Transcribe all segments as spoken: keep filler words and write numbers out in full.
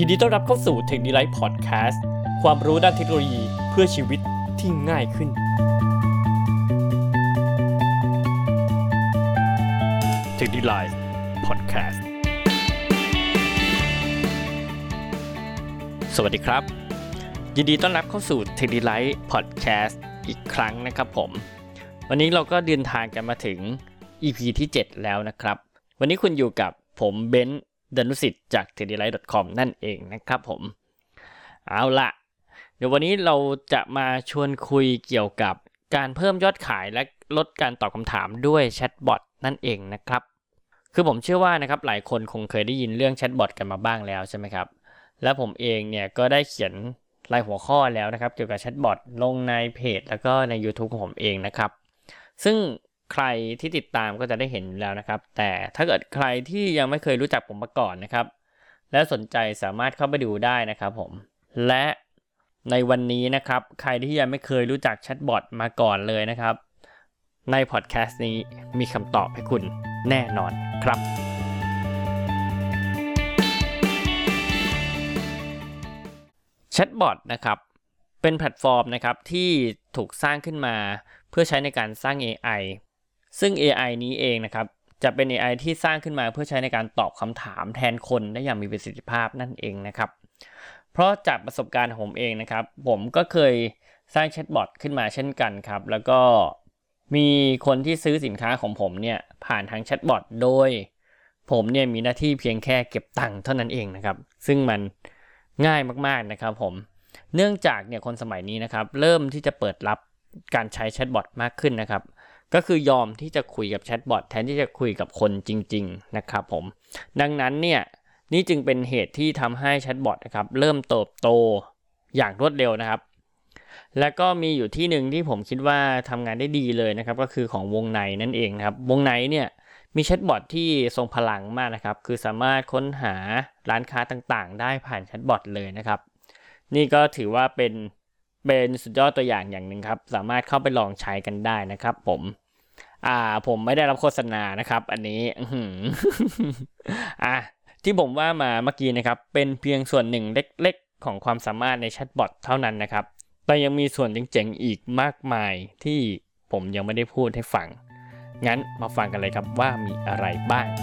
ยินดีต้อนรับเข้าสู่ TechDelight Podcast ความรู้ด้านเทคโนโลยีเพื่อชีวิตที่ง่ายขึ้น TechDelight Podcast สวัสดีครับยินดีต้อนรับเข้าสู่ TechDelight Podcast อีกครั้งนะครับผมวันนี้เราก็เดินทางกันมาถึง อี พี ที่เจ็ดแล้วนะครับวันนี้คุณอยู่กับผมเบนซ์ดนุสิทธิ์จาก เทค ดี ไลท์ ดอท คอม นั่นเองนะครับผมเอาล่ะเดี๋ยววันนี้เราจะมาชวนคุยเกี่ยวกับการเพิ่มยอดขายและลดการตอบคำถามด้วยแชทบอทนั่นเองนะครับคือผมเชื่อว่านะครับหลายคนคงเคยได้ยินเรื่องแชทบอทกันมาบ้างแล้วใช่ไหมครับและผมเองเนี่ยก็ได้เขียนรายหัวข้อแล้วนะครับเกี่ยวกับแชทบอทลงในเพจแล้วก็ใน YouTube ของผมเองนะครับซึ่งใครที่ติดตามก็จะได้เห็นแล้วนะครับแต่ถ้าเกิดใครที่ยังไม่เคยรู้จักผมมาก่อนนะครับและสนใจสามารถเข้าไปดูได้นะครับผมและในวันนี้นะครับใครที่ยังไม่เคยรู้จักแชทบอทมาก่อนเลยนะครับในพอดแคสต์นี้มีคำตอบให้คุณแน่นอนครับแชทบอทนะครับเป็นแพลตฟอร์มนะครับที่ถูกสร้างขึ้นมาเพื่อใช้ในการสร้าง เอ ไอ ซึ่ง เอ ไอ นี้เองนะครับจะเป็น เอ ไอ ที่สร้างขึ้นมาเพื่อใช้ในการตอบคำถามแทนคนได้อย่างมีประสิทธิภาพนั่นเองนะครับเพราะจากประสบการณ์ของผมเองนะครับผมก็เคยสร้างแชทบอทขึ้นมาเช่นกันครับแล้วก็มีคนที่ซื้อสินค้าของผมเนี่ยผ่านทางแชทบอทโดยผมเนี่ยมีหน้าที่เพียงแค่เก็บตังค์เท่านั้นเองนะครับซึ่งมันง่ายมากๆนะครับผมเนื่องจากเนี่ยคนสมัยนี้นะครับเริ่มที่จะเปิดรับการใช้แชทบอทมากขึ้นนะครับก็คือยอมที่จะคุยกับแชทบอทแทนที่จะคุยกับคนจริงๆนะครับผมดังนั้นเนี่ยนี่จึงเป็นเหตุที่ทำให้แชทบอทนะครับเริ่มเติบโตอย่างรวดเร็วนะครับและก็มีอยู่ที่หนึ่งที่ผมคิดว่าทำงานได้ดีเลยนะครับก็คือของวงในนั่นเองนะครับวงในเนี่ยมีแชทบอทที่ทรงพลังมากนะครับคือสามารถค้นหาร้านค้าต่างๆได้ผ่านแชทบอทเลยนะครับนี่ก็ถือว่าเป็นเป็นสุดยอดตัวอย่างอย่างหนึ่งครับสามารถเข้าไปลองใช้กันได้นะครับผมอ่าผมไม่ได้รับโฆษณานะครับอันนี้ อ่าที่ผมว่ามาเมื่อกี้นะครับเป็นเพียงส่วนหนึ่งเล็กๆของความสามารถในแชทบอทเท่านั้นนะครับแต่ยังมีส่วนเจ๋งๆอีกมากมายที่ผมยังไม่ได้พูดให้ฟังงั้นมาฟังกันเลยครับว่ามีอะไรบ้าง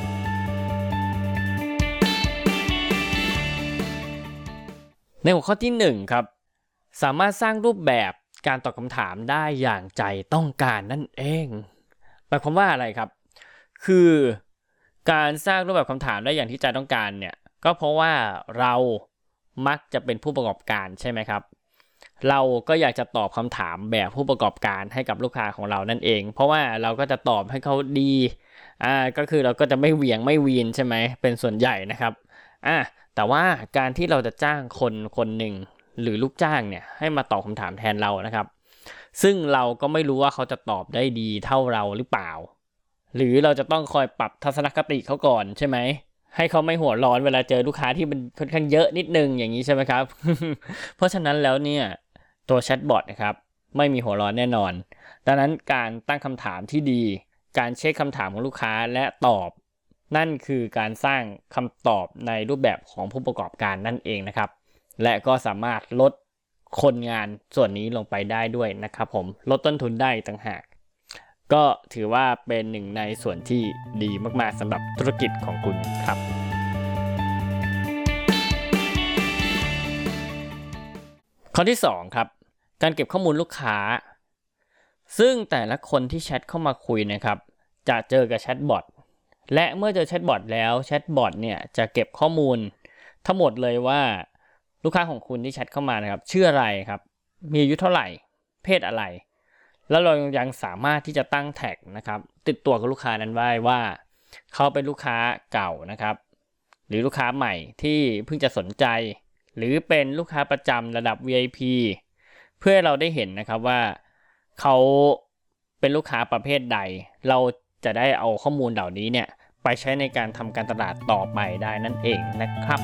ในหัวข้อที่หนึ่งครับสามารถสร้างรูปแบบการตอบคำถามได้อย่างใจต้องการนั่นเองหมายความว่าอะไรครับคือการสร้างรูปแบบคำถามได้อย่างที่ใจต้องการเนี่ยก็เพราะว่าเรามักจะเป็นผู้ประกอบการใช่ไหมครับเราก็อยากจะตอบคำถามแบบผู้ประกอบการให้กับลูกค้าของเรานั่นเองเพราะว่าเราก็จะตอบให้เขาดีอ่าก็คือเราก็จะไม่เหวี่ยงไม่วีนใช่ไหมเป็นส่วนใหญ่นะครับอ่าแต่ว่าการที่เราจะจ้างคนคนหนึ่งหรือลูกจ้างเนี่ยให้มาตอบคำถามแทนเรานะครับซึ่งเราก็ไม่รู้ว่าเขาจะตอบได้ดีเท่าเราหรือเปล่าหรือเราจะต้องคอยปรับทัศนคติเขาก่อนใช่ไหมให้เขาไม่หัวร้อนเวลาเจอลูกค้าที่มันค่อนข้างเยอะนิดนึงอย่างนี้ใช่ไหมครับ เพราะฉะนั้นแล้วเนี่ยตัวแชทบอทนะครับไม่มีหัวร้อนแน่นอนดังนั้นการตั้งคำถามที่ดีการเช็คคำถามของลูกค้าและตอบนั่นคือการสร้างคำตอบในรูปแบบของผู้ประกอบการนั่นเองนะครับและก็สามารถลดคนงานส่วนนี้ลงไปได้ด้วยนะครับผมลดต้นทุนได้ต่างหากก็ถือว่าเป็นหนึ่งในส่วนที่ดีมากๆสำหรับธุรกิจของคุณครับข้อที่สองครับการเก็บข้อมูลลูกค้าซึ่งแต่ละคนที่แชทเข้ามาคุยนะครับจะเจอกับแชทบอทและเมื่อเจอแชทบอทแล้วแชทบอทเนี่ยจะเก็บข้อมูลทั้งหมดเลยว่าลูกค้าของคุณที่แชทเข้ามานะครับชื่ออะไรครับมีอายุเท่าไหร่เพศอะไรแล้วเรายังสามารถที่จะตั้งแท็กนะครับติดตัวกับลูกค้านั้นไว้ว่าเขาเป็นลูกค้าเก่านะครับหรือลูกค้าใหม่ที่เพิ่งจะสนใจหรือเป็นลูกค้าประจำระดับ วี ไอ พี เพื่อให้เราได้เห็นนะครับว่าเขาเป็นลูกค้าประเภทใดเราจะได้เอาข้อมูลเหล่านี้เนี่ยไปใช้ในการทำการตลาดต่อไปได้นั่นเองนะครับ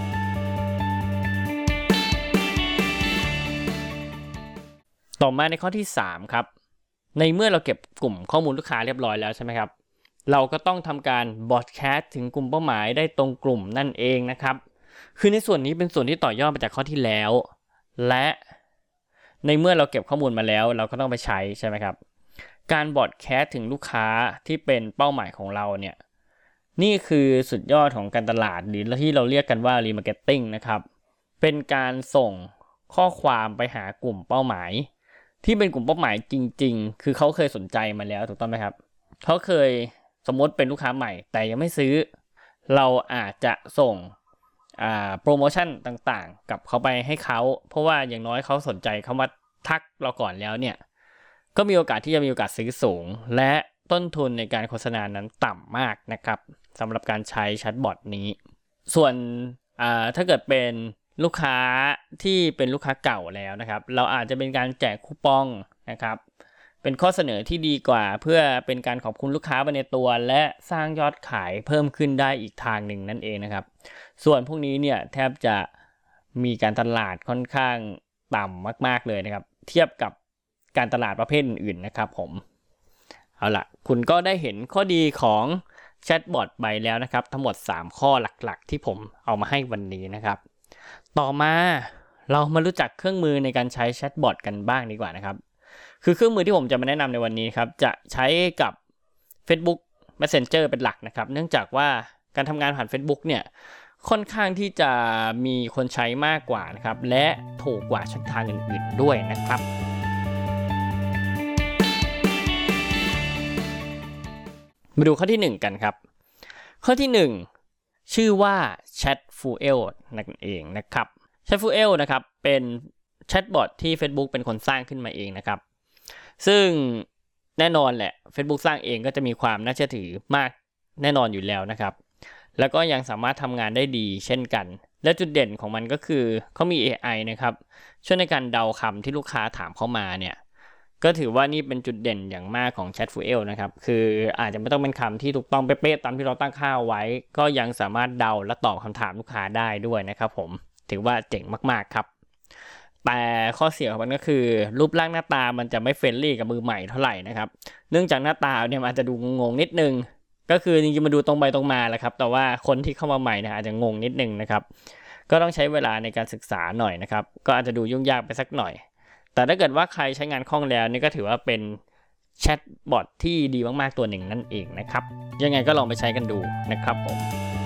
ต่อมาในข้อที่สามครับในเมื่อเราเก็บกลุ่มข้อมูลลูกค้าเรียบร้อยแล้วใช่ไหมครับเราก็ต้องทำการบอดแคสต์ถึงกลุ่มเป้าหมายได้ตรงกลุ่มนั่นเองนะครับคือในส่วนนี้เป็นส่วนที่ต่อยอดมาจากข้อที่แล้วและในเมื่อเราเก็บข้อมูลมาแล้วเราก็ต้องไปใช้ใช่ไหมครับการบอดแคสต์ถึงลูกค้าที่เป็นเป้าหมายของเราเนี่ยนี่คือสุดยอดของการตลาดหรือที่เราเรียกกันว่ารีมาร์เก็ตติ้งนะครับเป็นการส่งข้อความไปหากลุ่มเป้าหมายที่เป็นกลุ่มเป้าหมายจริงๆคือเขาเคยสนใจมาแล้วถูกต้องไหมครับเขาเคยสมมติเป็นลูกค้าใหม่แต่ยังไม่ซื้อเราอาจจะส่งอ่าโปรโมชั่นต่างๆกับเขาไปให้เขาเพราะว่าอย่างน้อยเขาสนใจเขามาทักเราก่อนแล้วเนี่ยก็มีโอกาสที่จะมีโอกาสซื้อสูงและต้นทุนในการโฆษณานั้นต่ำมากนะครับสำหรับการใช้แชทบอทนี้ส่วนอ่าถ้าเกิดเป็นลูกค้าที่เป็นลูกค้าเก่าแล้วนะครับเราอาจจะเป็นการแจกคูปองนะครับเป็นข้อเสนอที่ดีกว่าเพื่อเป็นการขอบคุณลูกค้าไปในตัวและสร้างยอดขายเพิ่มขึ้นได้อีกทางหนึ่งนั่นเองนะครับส่วนพวกนี้เนี่ยแทบจะมีการตลาดค่อนข้างต่ำมากๆเลยนะครับเทียบกับการตลาดประเภทอื่นๆนะครับผมเอาล่ะคุณก็ได้เห็นข้อดีของแชทบอทไปแล้วนะครับทั้งหมดสามข้อหลักๆที่ผมเอามาให้วันนี้นะครับต่อมาเรามารู้จักเครื่องมือในการใช้แชทบอทกันบ้างดีกว่านะครับคือเครื่องมือที่ผมจะมาแนะนำในวันนี้ครับจะใช้กับ Facebook Messenger เป็นหลักนะครับเนื่องจากว่าการทำงานผ่าน Facebook เนี่ยค่อนข้างที่จะมีคนใช้มากกว่านะครับและถูกกว่าช่องทางอื่นๆด้วยนะครับมาดูข้อที่หนึ่งกันครับข้อที่หนึ่งชื่อว่า Chatfuel นั่นเองนะครับ Chatfuel นะครับเป็นแชทบอทที่ Facebook เป็นคนสร้างขึ้นมาเองนะครับซึ่งแน่นอนแหละ Facebook สร้างเองก็จะมีความน่าเชื่อถือมากแน่นอนอยู่แล้วนะครับแล้วก็ยังสามารถทำงานได้ดีเช่นกันและจุดเด่นของมันก็คือเขามี เอ ไอ นะครับช่วยในการเดาคำที่ลูกค้าถามเข้ามาเนี่ยก็ถือว่านี่เป็นจุดเด่นอย่างมากของ Chatfuel นะครับคืออาจจะไม่ต้องเป็นคำที่ถูกต้องเป๊ะๆตามที่เราตั้งค่าไว้ก็ยังสามารถเดาและตอบคำถามลูกค้าได้ด้วยนะครับผมถือว่าเจ๋งมากๆครับแต่ข้อเสียของมันก็คือรูปร่างหน้าตามันจะไม่เฟรนลี่กับมือใหม่เท่าไหร่นะครับเนื่องจากหน้าตาเนี่ยมันอาจจะดูงงๆนิดนึงก็คือจริงๆมาดูตรงไปตรงมาแหละครับแต่ว่าคนที่เข้ามาใหม่เนี่ยอาจจะงงนิดนึงนะครับก็ต้องใช้เวลาในการศึกษาหน่อยนะครับก็อาจจะดูยุ่งยากไปสักหน่อยแต่ถ้าเกิดว่าใครใช้งานคล่องแล้วนี่ก็ถือว่าเป็นแชทบอทที่ดีมากๆตัวหนึ่งนั่นเองนะครับยังไงก็ลองไปใช้กันดูนะครับผม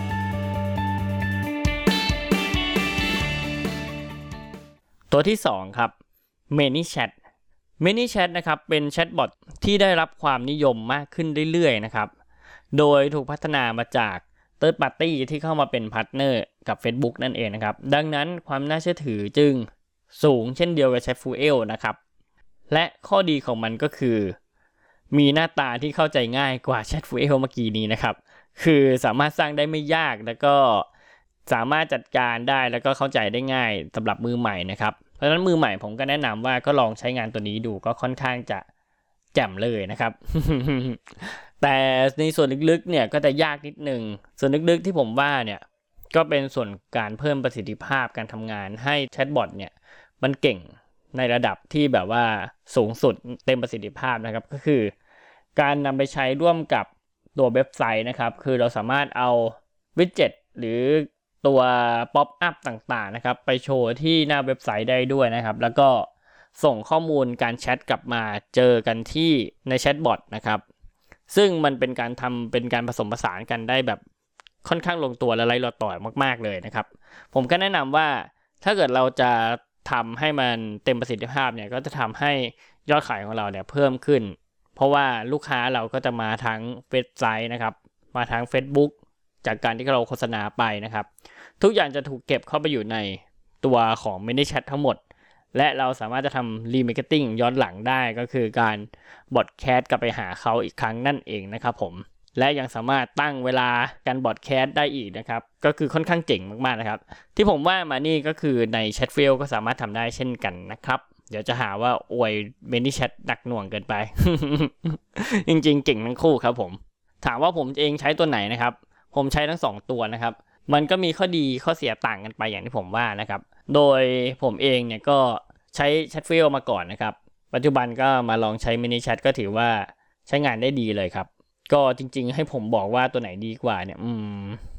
ตัวที่สองครับ ManyChat ManyChat นะครับเป็นแชทบอทที่ได้รับความนิยมมากขึ้นเรื่อยๆนะครับโดยถูกพัฒนามาจาก Third Party ที่เข้ามาเป็นพาร์ทเนอร์กับ Facebook นั่นเองนะครับดังนั้นความน่าเชื่อถือจึงสูงเช่นเดียวกับ Chatfuel นะครับและข้อดีของมันก็คือมีหน้าตาที่เข้าใจง่ายกว่า Chatfuel เมื่อกี้นี้นะครับคือสามารถสร้างได้ไม่ยากแล้วก็สามารถจัดการได้แล้วก็เข้าใจได้ง่ายสำหรับมือใหม่นะครับเพราะฉะนั้นมือใหม่ผมก็แนะนำว่าก็ลองใช้งานตัวนี้ดูก็ค่อนข้างจะแจ่มเลยนะครับ แต่ในส่วนลึกๆเนี่ยก็จะยากนิดนึงส่วนลึกๆที่ผมว่าเนี่ยก็เป็นส่วนการเพิ่มประสิทธิภาพการทำงานให้แชทบอทเนี่ยมันเก่งในระดับที่แบบว่าสูงสุดเต็มประสิทธิภาพนะครับก็คือการนำไปใช้ร่วมกับตัวเว็บไซต์นะครับคือเราสามารถเอาวิดเจ็ตหรือตัวป๊อปอัพต่างๆนะครับไปโชว์ที่หน้าเว็บไซต์ได้ด้วยนะครับแล้วก็ส่งข้อมูลการแชทกลับมาเจอกันที่ในแชทบอทนะครับซึ่งมันเป็นการทำเป็นการผสมผสานกันได้แบบค่อนข้างลงตัวและไร้รอยต่อมากๆเลยนะครับผมก็แนะนำว่าถ้าเกิดเราจะทำให้มันเต็มประสิทธิภาพเนี่ยก็จะทำให้ยอดขายของเราเนี่ยเพิ่มขึ้นเพราะว่าลูกค้าเราก็จะมาทั้งเว็บไซต์นะครับมาทั้ง Facebook จากการที่เราโฆษณาไปนะครับทุกอย่างจะถูกเก็บเข้าไปอยู่ในตัวของ ManyChat ทั้งหมดและเราสามารถจะทำรีมาร์เก็ตติ้งย้อนหลังได้ก็คือการบอดแคสต์กลับไปหาเขาอีกครั้งนั่นเองนะครับผมและยังสามารถตั้งเวลาการบอดแคสต์ได้อีกนะครับก็คือค่อนข้างเจ๋งมากๆนะครับที่ผมว่ามานี่ก็คือใน Chatfuel ก็สามารถทำได้เช่นกันนะครับเดี๋ยวจะหาว่าอวย ManyChat หนักหน่วงเกินไป จริงๆเก่งทั้งคู่ครับผมถามว่าผมเองใช้ตัวไหนนะครับผมใช้ทั้งสองตัวนะครับมันก็มีข้อดีข้อเสียต่างกันไปอย่างที่ผมว่านะครับโดยผมเองเนี่ยก็ใช้ Chatfuel มาก่อนนะครับปัจจุบันก็มาลองใช้ ManyChat ก็ถือว่าใช้งานได้ดีเลยครับก็จริงๆให้ผมบอกว่าตัวไหนดีกว่าเนี่ยอืม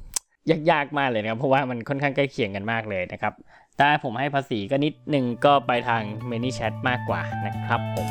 ยากๆมากเลยนะครับเพราะว่ามันค่อนข้างใกล้เคียงกันมากเลยนะครับถ้าผมให้ภาษีก็นิดนึงก็ไปทาง ManyChat มากกว่านะครับผม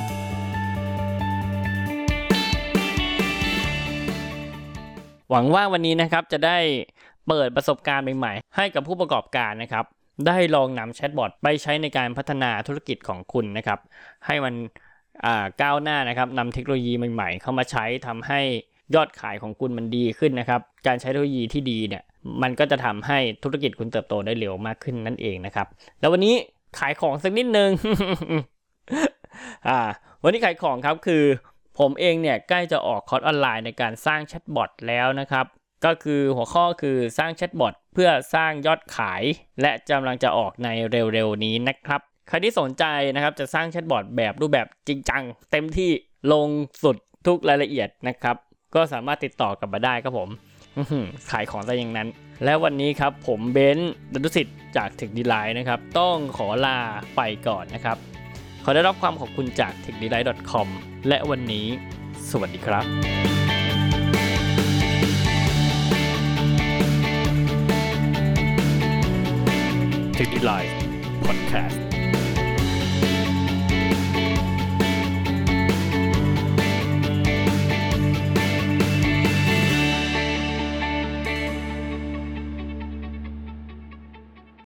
หวังว่าวันนี้นะครับจะได้เปิดประสบการณ์ใหม่ๆให้กับผู้ประกอบการนะครับได้ลองนำแชทบอทไปใช้ในการพัฒนาธุรกิจของคุณนะครับให้มันก้าวหน้านะครับนำเทคโนโลยีใหม่ๆเข้ามาใช้ทำให้ยอดขายของคุณมันดีขึ้นนะครับการใช้เทคโนโลยีที่ดีเนี่ยมันก็จะทำให้ธุรกิจคุณเติบโตได้เร็วมากขึ้นนั่นเองนะครับแล้ววันนี้ขายของสักนิดนึง อ่าวันนี้ขายของครับคือผมเองเนี่ยใกล้จะออกคอร์สออนไลน์ในการสร้างแชทบอทแล้วนะครับก็คือหัวข้อคือสร้างแชทบอทเพื่อสร้างยอดขายและกำลังจะออกในเร็วๆนี้นะครับใครที่สนใจนะครับจะสร้างแชทบอทแบบรูปแบบจริงจังเต็มที่ลงสุดทุกรายละเอียดนะครับก็สามารถติดต่อกลับมาได้ครับผมขายของซะอย่างนั้นและวันนี้ครับผมเบนซ์ดนุสิทธิ์จาก เทค ดี ไลน์ นะครับต้องขอลาไปก่อนนะครับขอได้รับความขอบคุณจาก เทค ดี ไลน์ ดอท คอม และวันนี้สวัสดีครับ เทค ดี ไลน์ Podcast